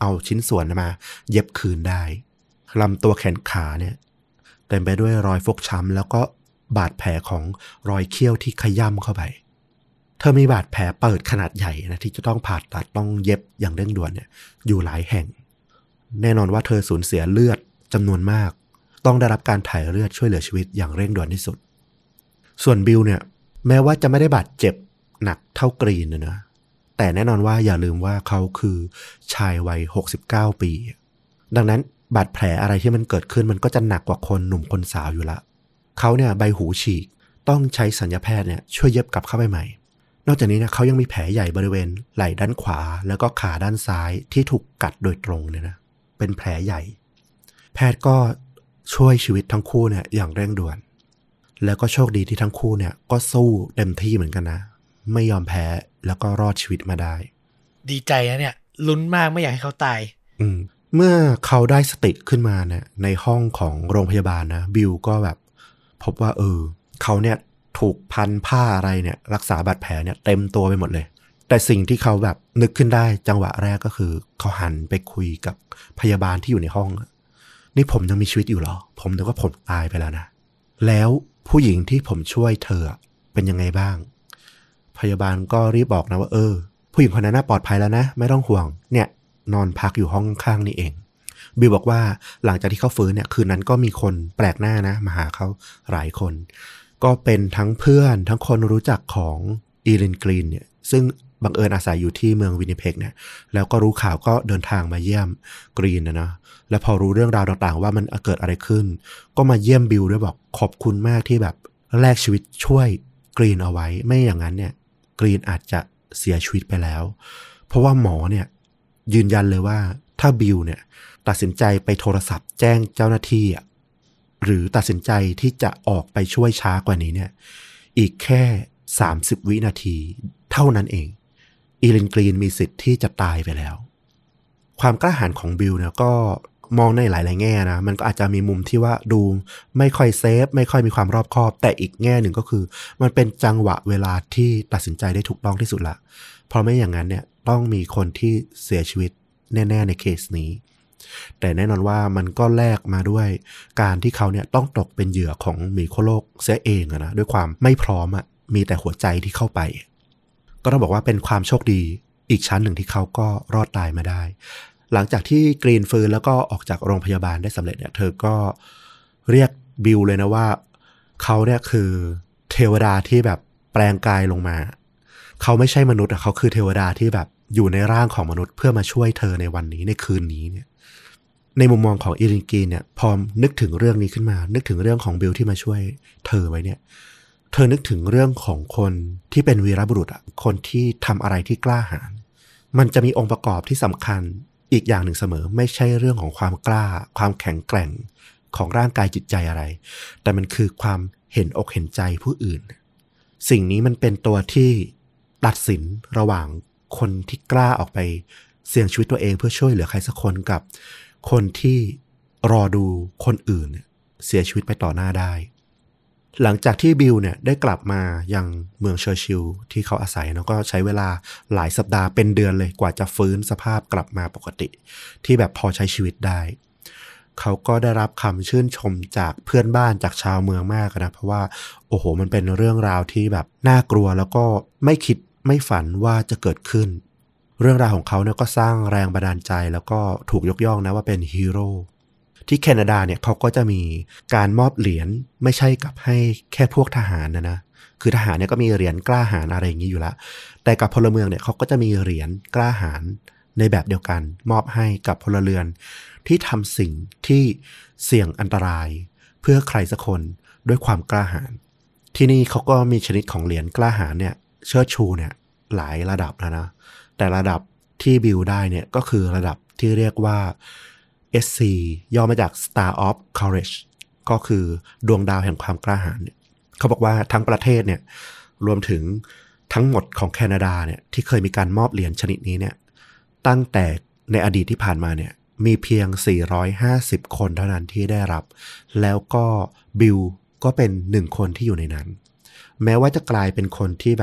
เอาชิ้นส่วนมาเย็บคืนได้ลำตัวแขนขาเนี่ยเต็มไปด้วยรอยฟกช้ำแล้วก็บาดแผลของรอยเขี้ยวที่ขย้ำเข้าไปเธอมีบาดแผลเปิดขนาดใหญ่นะที่จะต้องผ่าตัดต้องเย็บอย่างเร่งด่วนเนี่ยอยู่หลายแห่งแน่นอนว่าเธอสูญเสียเลือดจำนวนมากต้องได้รับการถ่ายเลือดช่วยเหลือชีวิตอย่างเร่งด่วนที่สุดส่วนบิลเนี่ยแม้ว่าจะไม่ได้บาดเจ็บหนักเท่ากรีนนะนะแต่แน่นอนว่าอย่าลืมว่าเขาคือชายวัยหกสิบเก้าปีดังนั้นบาดแผลอะไรที่มันเกิดขึ้นมันก็จะหนักกว่าคนหนุ่มคนสาวอยู่ละเขาเนี่ยใบหูฉีกต้องใช้ศัลยแพทย์เนี่ยช่วยเย็บกลับเข้าไปใหม่นอกจากนี้เนี่ยเขายังมีแผลใหญ่บริเวณไหล่ด้านขวาแล้วก็ขาด้านซ้ายที่ถูกกัดโดยตรงเนี่ยนะเป็นแผลใหญ่แพทย์ก็ช่วยชีวิตทั้งคู่เนี่ยอย่างเร่งด่วนแล้วก็โชคดีที่ทั้งคู่เนี่ยก็สู้เต็มที่เหมือนกันนะไม่ยอมแพ้แล้วก็รอดชีวิตมาได้ดีใจนะเนี่ยลุ้นมากไม่อยากให้เขาตายอืมเมื่อเขาได้สติขึ้นมาเนี่ยในห้องของโรงพยาบาลนะบิลก็แบบพบว่าเออเขาเนี่ยถูกพันผ้าอะไรเนี่ยรักษาบาดแผลเนี่ยเต็มตัวไปหมดเลยแต่สิ่งที่เขาแบบนึกขึ้นได้จังหวะแรกก็คือเขาหันไปคุยกับพยาบาลที่อยู่ในห้องนี่ผมยังมีชีวิตอยู่เหรอผมนึกว่าผมตายไปแล้วนะแล้วผู้หญิงที่ผมช่วยเธอเป็นยังไงบ้างพยาบาลก็รีบบอกนะว่าเออผู้หญิงคนนั้นน่าปลอดภัยแล้วนะไม่ต้องห่วงเนี่ยนอนพักอยู่ห้องข้างนี่เองบิลบอกว่าหลังจากที่เขาฟื้นเนี่ยคืนนั้นก็มีคนแปลกหน้านะมาหาเขาหลายคนก็เป็นทั้งเพื่อนทั้งคนรู้จักของอีลินกรีนเนี่ยซึ่งบังเอิญอาศัยอยู่ที่เมืองวินนิเพกเนี่ยแล้วก็รู้ข่าวก็เดินทางมาเยี่ยมกรีนนะนะแล้วพอรู้เรื่องราวต่างๆว่ามันเกิดอะไรขึ้นก็มาเยี่ยมบิลด้วยบอกขอบคุณมากที่แบบแลกชีวิตช่วยกรีนเอาไว้ไม่อย่างนั้นเนี่ยกรีนอาจจะเสียชีวิตไปแล้วเพราะว่าหมอเนี่ยยืนยันเลยว่าถ้าบิลเนี่ยตัดสินใจไปโทรศัพท์แจ้งเจ้าหน้าที่อ่ะหรือตัดสินใจที่จะออกไปช่วยช้ากว่านี้เนี่ยอีกแค่สามสิบวินาทีเท่านั้นเองอีลินกรีนมีสิทธิ์ที่จะตายไปแล้วความกล้าหาญของบิลเนี่ยก็มองในหลายๆแง่นะมันก็อาจจะมีมุมที่ว่าดูไม่ค่อยเซฟไม่ค่อยมีความรอบคอบแต่อีกแง่หนึ่งก็คือมันเป็นจังหวะเวลาที่ตัดสินใจได้ถูกต้องที่สุดละเพราะไม่อย่างนั้นเนี่ยต้องมีคนที่เสียชีวิตแน่ๆในเคสนี้แต่แน่นอนว่ามันก็แลกมาด้วยการที่เขาเนี่ยต้องตกเป็นเหยื่อของหมีโคโลกเสียเองอะนะด้วยความไม่พร้อมอะมีแต่หัวใจที่เข้าไปก็ต้องบอกว่าเป็นความโชคดีอีกชั้นหนึ่งที่เขาก็รอดตายมาได้หลังจากที่กรีนฟื้นแล้วก็ออกจากโรงพยาบาลได้สำเร็จเนี่ยเธอก็เรียกบิลเลยนะว่าเขาเนี่ยคือเทวดาที่แบบแปลงกายลงมาเขาไม่ใช่มนุษย์อะเขาคือเทวดาที่แบบอยู่ในร่างของมนุษย์เพื่อมาช่วยเธอในวันนี้ในคืนนี้เนี่ยในมุมมองของอีลินกรีนเนี่ยพอนึกถึงเรื่องนี้ขึ้นมานึกถึงเรื่องของบิลที่มาช่วยเธอไว้เนี่ยเธอนึกถึงเรื่องของคนที่เป็นวีรบุรุษอะคนที่ทำอะไรที่กล้าหาญมันจะมีองค์ประกอบที่สำคัญอีกอย่างหนึ่งเสมอไม่ใช่เรื่องของความกล้าความแข็งแกร่งของร่างกายจิตใจอะไรแต่มันคือความเห็นอกเห็นใจผู้อื่นสิ่งนี้มันเป็นตัวที่ตัดสินระหว่างคนที่กล้าออกไปเสี่ยงชีวิตตัวเองเพื่อช่วยเหลือใครสักคนกับคนที่รอดูคนอื่นเสียชีวิตไปต่อหน้าได้หลังจากที่บิลเนี่ยได้กลับมายังเมืองเชอร์ชิลที่เขาอาศัยแล้วก็ใช้เวลาหลายสัปดาห์เป็นเดือนเลยกว่าจะฟื้นสภาพกลับมาปกติที่แบบพอใช้ชีวิตได้เขาก็ได้รับคำชื่นชมจากเพื่อนบ้านจากชาวเมืองมากนะเพราะว่าโอ้โหมันเป็นเรื่องราวที่แบบน่ากลัวแล้วก็ไม่คิดไม่ฝันว่าจะเกิดขึ้นเรื่องราวของเขาเนี่ยก็สร้างแรงบันดาลใจแล้วก็ถูกยกย่องนะว่าเป็นฮีโร่ที่แคนาดาเนี่ยเขาก็จะมีการมอบเหรียญไม่ใช่กับให้แค่พวกทหารนะนะคือทหารเนี่ยก็มีเหรียญกล้าหาญอะไรอย่างนี้อยู่แล้วแต่กับพลเมืองเนี่ยเขาก็จะมีเหรียญกล้าหาญในแบบเดียวกันมอบให้กับพลเรือนที่ทำสิ่งที่เสี่ยงอันตรายเพื่อใครสักคนด้วยความกล้าหาญที่นี่เขาก็มีชนิดของเหรียญกล้าหาญเนี่ยเชิดชูเนี่ยหลายระดับแล้วนะแต่ระดับที่บิลได้เนี่ยก็คือระดับที่เรียกว่า เอส ซี ย่อมาจาก Star of Courage ก็คือดวงดาวแห่งความกล้าหาญเนี่ยเขาบอกว่าทั้งประเทศเนี่ยรวมถึงทั้งหมดของแคนาดาเนี่ยที่เคยมีการมอบเหรียญชนิดนี้เนี่ยตั้งแต่ในอดีตที่ผ่านมาเนี่ยมีเพียงสี่ร้อยห้าสิบคนเท่านั้นที่ได้รับแล้วก็บิลก็เป็นหนึ่งคนที่อยู่ในนั้นแม้ว่าจะกลายเป็นคนที่แบบ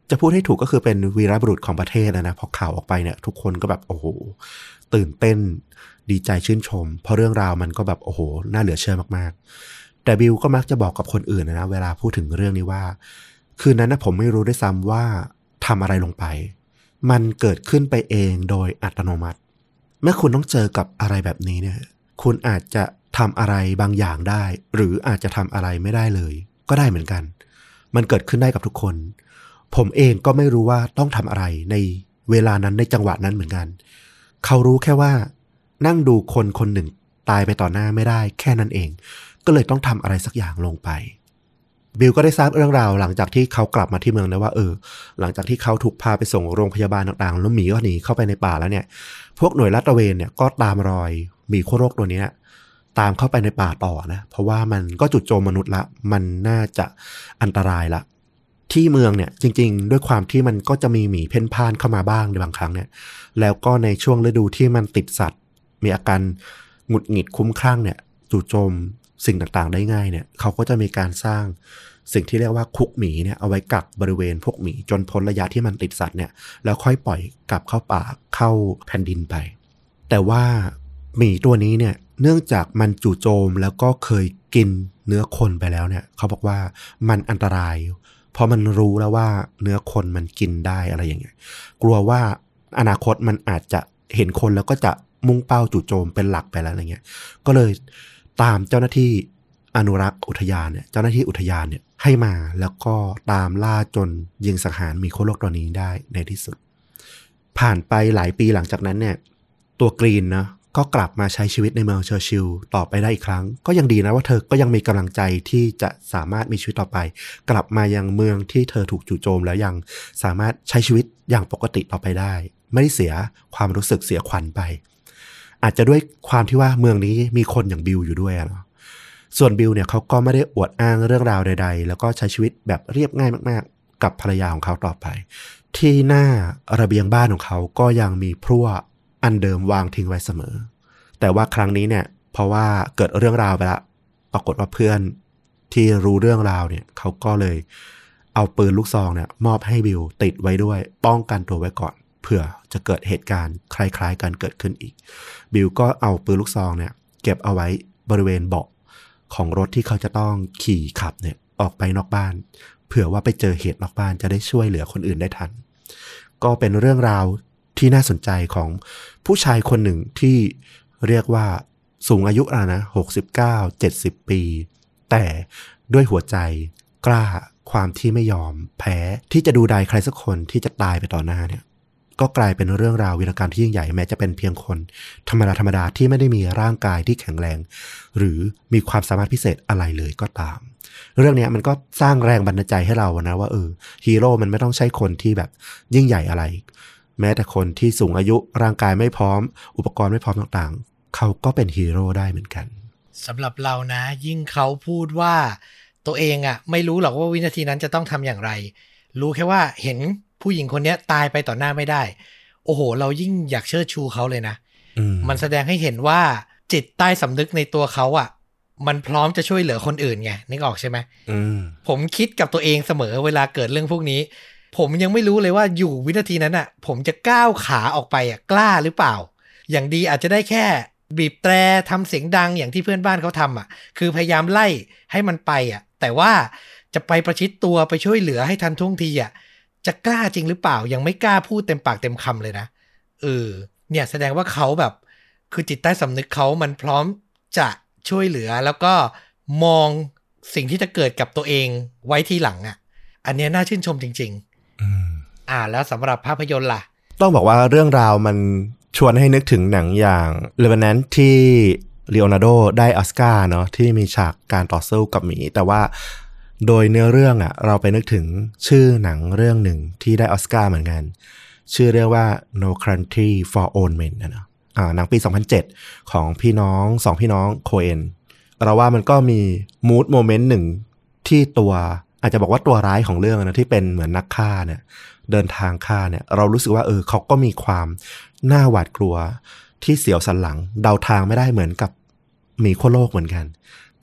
จะพูดให้ถูกก็คือเป็นวีรบุรุษของประเทศนะนะพอข่าวออกไปเนี่ยทุกคนก็แบบโอ้โหตื่นเต้นดีใจชื่นชมเพราะเรื่องราวมันก็แบบโอ้โหน่าเหลือเชื่อมากๆแต่บิลก็มักจะบอกกับคนอื่นนะนะเวลาพูดถึงเรื่องนี้ว่าคืนนั้นนะผมไม่รู้ด้วยซ้ำว่าทำอะไรลงไปมันเกิดขึ้นไปเองโดยอัตโนมัติเมื่อคุณต้องเจอกับอะไรแบบนี้เนี่ยคุณอาจจะทำอะไรบางอย่างได้หรืออาจจะทำอะไรไม่ได้เลยก็ได้เหมือนกันมันเกิดขึ้นได้กับทุกคนผมเองก็ไม่รู้ว่าต้องทำอะไรในเวลานั้นในจังหวะนั้นเหมือนกันเขารู้แค่ว่านั่งดูคนคนหนึ่งตายไปต่อหน้าไม่ได้แค่นั้นเองก็เลยต้องทำอะไรสักอย่างลงไปบิลก็ได้ทราบเรื่องราวหลังจากที่เขากลับมาที่เมืองนะว่าเออหลังจากที่เขาถูกพาไปส่งโรงพยาบาลต่างๆแล้วหมีก็หนีเข้าไปในป่าแล้วเนี่ยพวกหน่วยลาดตระเวนเนี่ยก็ตามรอยหมีขั้วโลกตัวนี้ตามเข้าไปในป่าต่อนะเพราะว่ามันก็จุดโจมมนุษย์ละมันน่าจะอันตรายละที่เมืองเนี่ยจริงๆด้วยความที่มันก็จะมีหมีเพ่นพ่านเข้ามาบ้างในบางครั้งเนี่ยแล้วก็ในช่วงฤดูที่มันติดสัตว์มีอาการหงุดหงิดคุ้มคลั่งเนี่ยจู่โจมสิ่งต่างๆได้ง่ายเนี่ยเขาก็จะมีการสร้างสิ่งที่เรียกว่าคุกหมีเนี่ยเอาไว้กักบริเวณพวกหมีจนพ้นระยะที่มันติดสัตว์เนี่ยแล้วค่อยปล่อยกลับเข้าป่าเข้าแผ่นดินไปแต่ว่าหมีตัวนี้เนี่ยเนื่องจากมันจู่โจมแล้วก็เคยกินเนื้อคนไปแล้วเนี่ยเขาบอกว่ามันอันตรายเพราะมันรู้แล้วว่าเนื้อคนมันกินได้อะไรอย่างเงี้ยกลัวว่าอนาคตมันอาจจะเห็นคนแล้วก็จะมุ่งเป้าจู่โจมเป็นหลักไปแล้วอะไรเงี้ยก็เลยตามเจ้าหน้าที่อนุรักษ์อุทยานเนี่ยเจ้าหน้าที่อุทยานเนี่ยให้มาแล้วก็ตามล่าจนยิงสังหารหมีขั้วโลกตัวนี้ได้ในที่สุดผ่านไปหลายปีหลังจากนั้นเนี่ยตัวกรีนนะก็กลับมาใช้ชีวิตในเมืองเชอร์ชิลต่อไปได้อีกครั้งก็ยังดีนะว่าเธอก็ยังมีกำลังใจที่จะสามารถมีชีวิตต่อไปกลับมายังเมืองที่เธอถูกจู่โจมแล้วยังสามารถใช้ชีวิตอย่างปกติต่อไปได้ไม่ได้เสียความรู้สึกเสียขวัญไปอาจจะด้วยความที่ว่าเมืองนี้มีคนอย่างบิลอยู่ด้วยเนาะส่วนบิลเนี่ยเขาก็ไม่ได้อวดอ้างเรื่องราวใดๆแล้วก็ใช้ชีวิตแบบเรียบง่ายมากๆกับภรรยาของเขาต่อไปที่หน้าระเบียงบ้านของเขาก็ยังมีพลั่วอันเดิมวางทิ้งไว้เสมอแต่ว่าครั้งนี้เนี่ยเพราะว่าเกิดเรื่องราวไปละปรากฏว่าเพื่อนที่รู้เรื่องราวเนี่ยเขาก็เลยเอาปืนลูกซองเนี่ยมอบให้บิลติดไว้ด้วยป้องกันตัวไว้ก่อนเผื่อจะเกิดเหตุการณ์คล้ายๆกันเกิดขึ้นอีกบิลก็เอาปืนลูกซองเนี่ยเก็บเอาไว้บริเวณเบาะของรถที่เขาจะต้องขี่ขับเนี่ยออกไปนอกบ้านเผื่อว่าไปเจอเหตุนอกบ้านจะได้ช่วยเหลือคนอื่นได้ทันก็เป็นเรื่องราวที่น่าสนใจของผู้ชายคนหนึ่งที่เรียกว่าสูงอายุแล้วนะหกสิบเก้า เจ็ดสิบปีแต่ด้วยหัวใจกล้าความที่ไม่ยอมแพ้ที่จะดูดายใครสักคนที่จะตายไปต่อหน้าเนี่ยก็กลายเป็นเรื่องราววีรกรรมที่ยิ่งใหญ่แม้จะเป็นเพียงคนธรรมดาธรรมดาที่ไม่ได้มีร่างกายที่แข็งแรงหรือมีความสามารถพิเศษอะไรเลยก็ตามเรื่องนี้มันก็สร้างแรงบันดาลใจให้เรานะว่าเออฮีโร่มันไม่ต้องใช่คนที่แบบยิ่งใหญ่อะไรแม้แต่คนที่สูงอายุร่างกายไม่พร้อมอุปกรณ์ไม่พร้อมต่างๆเขาก็เป็นฮีโร่ได้เหมือนกันสำหรับเรานะยิ่งเขาพูดว่าตัวเองอ่ะไม่รู้หรอกว่าวินาทีนั้นจะต้องทำอย่างไรรู้แค่ว่าเห็นผู้หญิงคนนี้ตายไปต่อหน้าไม่ได้โอ้โหเรายิ่งอยากเชิดชูเขาเลยนะมมันแสดงให้เห็นว่าจิตใต้สำนึกในตัวเขาอ่ะมันพร้อมจะช่วยเหลือคนอื่นไงนึกออกใช่ไหมผมคิดกับตัวเองเสมอเวลาเกิดเรื่องพวกนี้ผมยังไม่รู้เลยว่าอยู่วินาทีนั้นอ่ะผมจะก้าวขาออกไปอ่ะกล้าหรือเปล่าอย่างดีอาจจะได้แค่บีบแตรทำเสียงดังอย่างที่เพื่อนบ้านเขาทำอ่ะคือพยายามไล่ให้มันไปอ่ะแต่ว่าจะไปประชิดตัวไปช่วยเหลือให้ทันท่วงทีอ่ะจะกล้าจริงหรือเปล่ายังไม่กล้าพูดเต็มปากเต็มคำเลยนะเออเนี่ยแสดงว่าเขาแบบคือจิตใต้สำนึกเขามันพร้อมจะช่วยเหลือแล้วก็มองสิ่งที่จะเกิดกับตัวเองไว้ทีหลังอ่ะอันนี้น่าชื่นชมจริงๆอืมอ่าแล้วสำหรับภาพยนตร์ล่ะต้องบอกว่าเรื่องราวมันชวนให้นึกถึงหนังอย่าง Revenant ที่ลีโอนาร์โดได้ออสการ์เนาะที่มีฉากการต่อสู้กับหมีแต่ว่าโดยเนื้อเรื่องอ่ะเราไปนึกถึงชื่อหนังเรื่องหนึ่งที่ได้ออสการ์เหมือนกันชื่อเรียกว่า No Country for Old Men นะเนาะอ่าหนังปีสองพันเจ็ดของพี่น้องสองพี่น้องโคเอนเราว่ามันก็มีมูดโมเมนต์หนึ่งที่ตัวอาจจะบอกว่าตัวร้ายของเรื่องนะที่เป็นเหมือนนักฆ่าเนี่ยเดินทางฆ่าเนี่ยเรารู้สึกว่าเออเขาก็มีความน่าหวาดกลัวที่เสียวสันหลังเดาทางไม่ได้เหมือนกับหมีขั้วโลกเหมือนกัน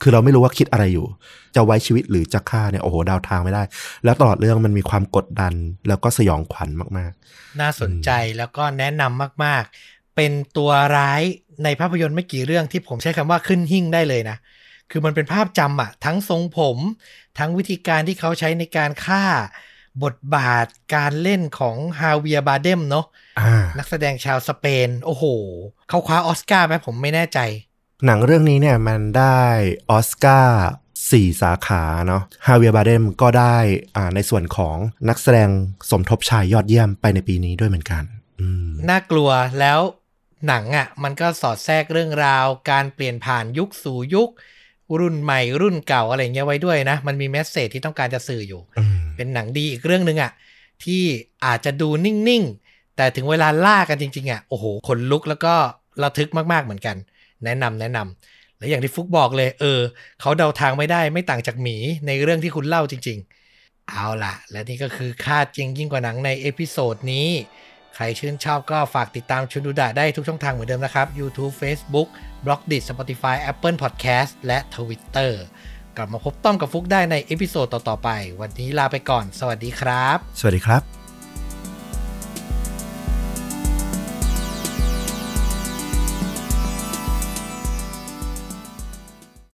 คือเราไม่รู้ว่าคิดอะไรอยู่จะไว้ชีวิตหรือจะฆ่าเนี่ยโอ้โหเดาทางไม่ได้แล้วตลอดเรื่องมันมีความกดดันแล้วก็สยองขวัญมากๆน่าสนใจแล้วก็แนะนำมากๆเป็นตัวร้ายในภาพยนตร์ไม่กี่เรื่องที่ผมใช้คำว่าขึ้นหิ้งได้เลยนะคือมันเป็นภาพจำอะทั้งทรงผมทั้งวิธีการที่เขาใช้ในการฆ่าบทบาทการเล่นของฮาเวียร์บาเดมเนาะนักแสดงชาวสเปนโอ้โหเขาคว้าออสการ์ไหมผมไม่แน่ใจหนังเรื่องนี้เนี่ยมันได้ออสการ์สี่สาขาเนาะฮาเวียร์บาเดมก็ได้อ่าในส่วนของนักแสดงสมทบชายยอดเยี่ยมไปในปีนี้ด้วยเหมือนกันน่ากลัวแล้วหนังอ่ะมันก็สอดแทรกเรื่องราวการเปลี่ยนผ่านยุคสู่ยุครุ่นใหม่รุ่นเก่าอะไรเงี้ยไว้ด้วยนะมันมีเมสเสจที่ต้องการจะสื่ออยู่เป็นหนังดีอีกเรื่องนึงอ่ะที่อาจจะดูนิ่งๆแต่ถึงเวลาล่ากันจริงๆอ่ะโอ้โหขนลุกแล้วก็ระทึกมากๆเหมือนกันแนะนำแนะนำและอย่างที่ฟุกบอกเลยเออเขาเดาทางไม่ได้ไม่ต่างจากหมีในเรื่องที่คุณเล่าจริงๆเอาล่ะและนี่ก็คือคาดจริงยิ่งกว่าหนังในเอพิโซดนี้ใครชื่นชอบก็ฝากติดตามชวนดูดะได้ทุกช่องทางเหมือนเดิมนะครับ YouTube Facebook Blogdit Spotify Apple Podcast และ Twitter กลับมาพบต้อมกับฟุกได้ในเอพิโซดต่อๆไปวันนี้ลาไปก่อนสวัสดีครับสวัสดีครับ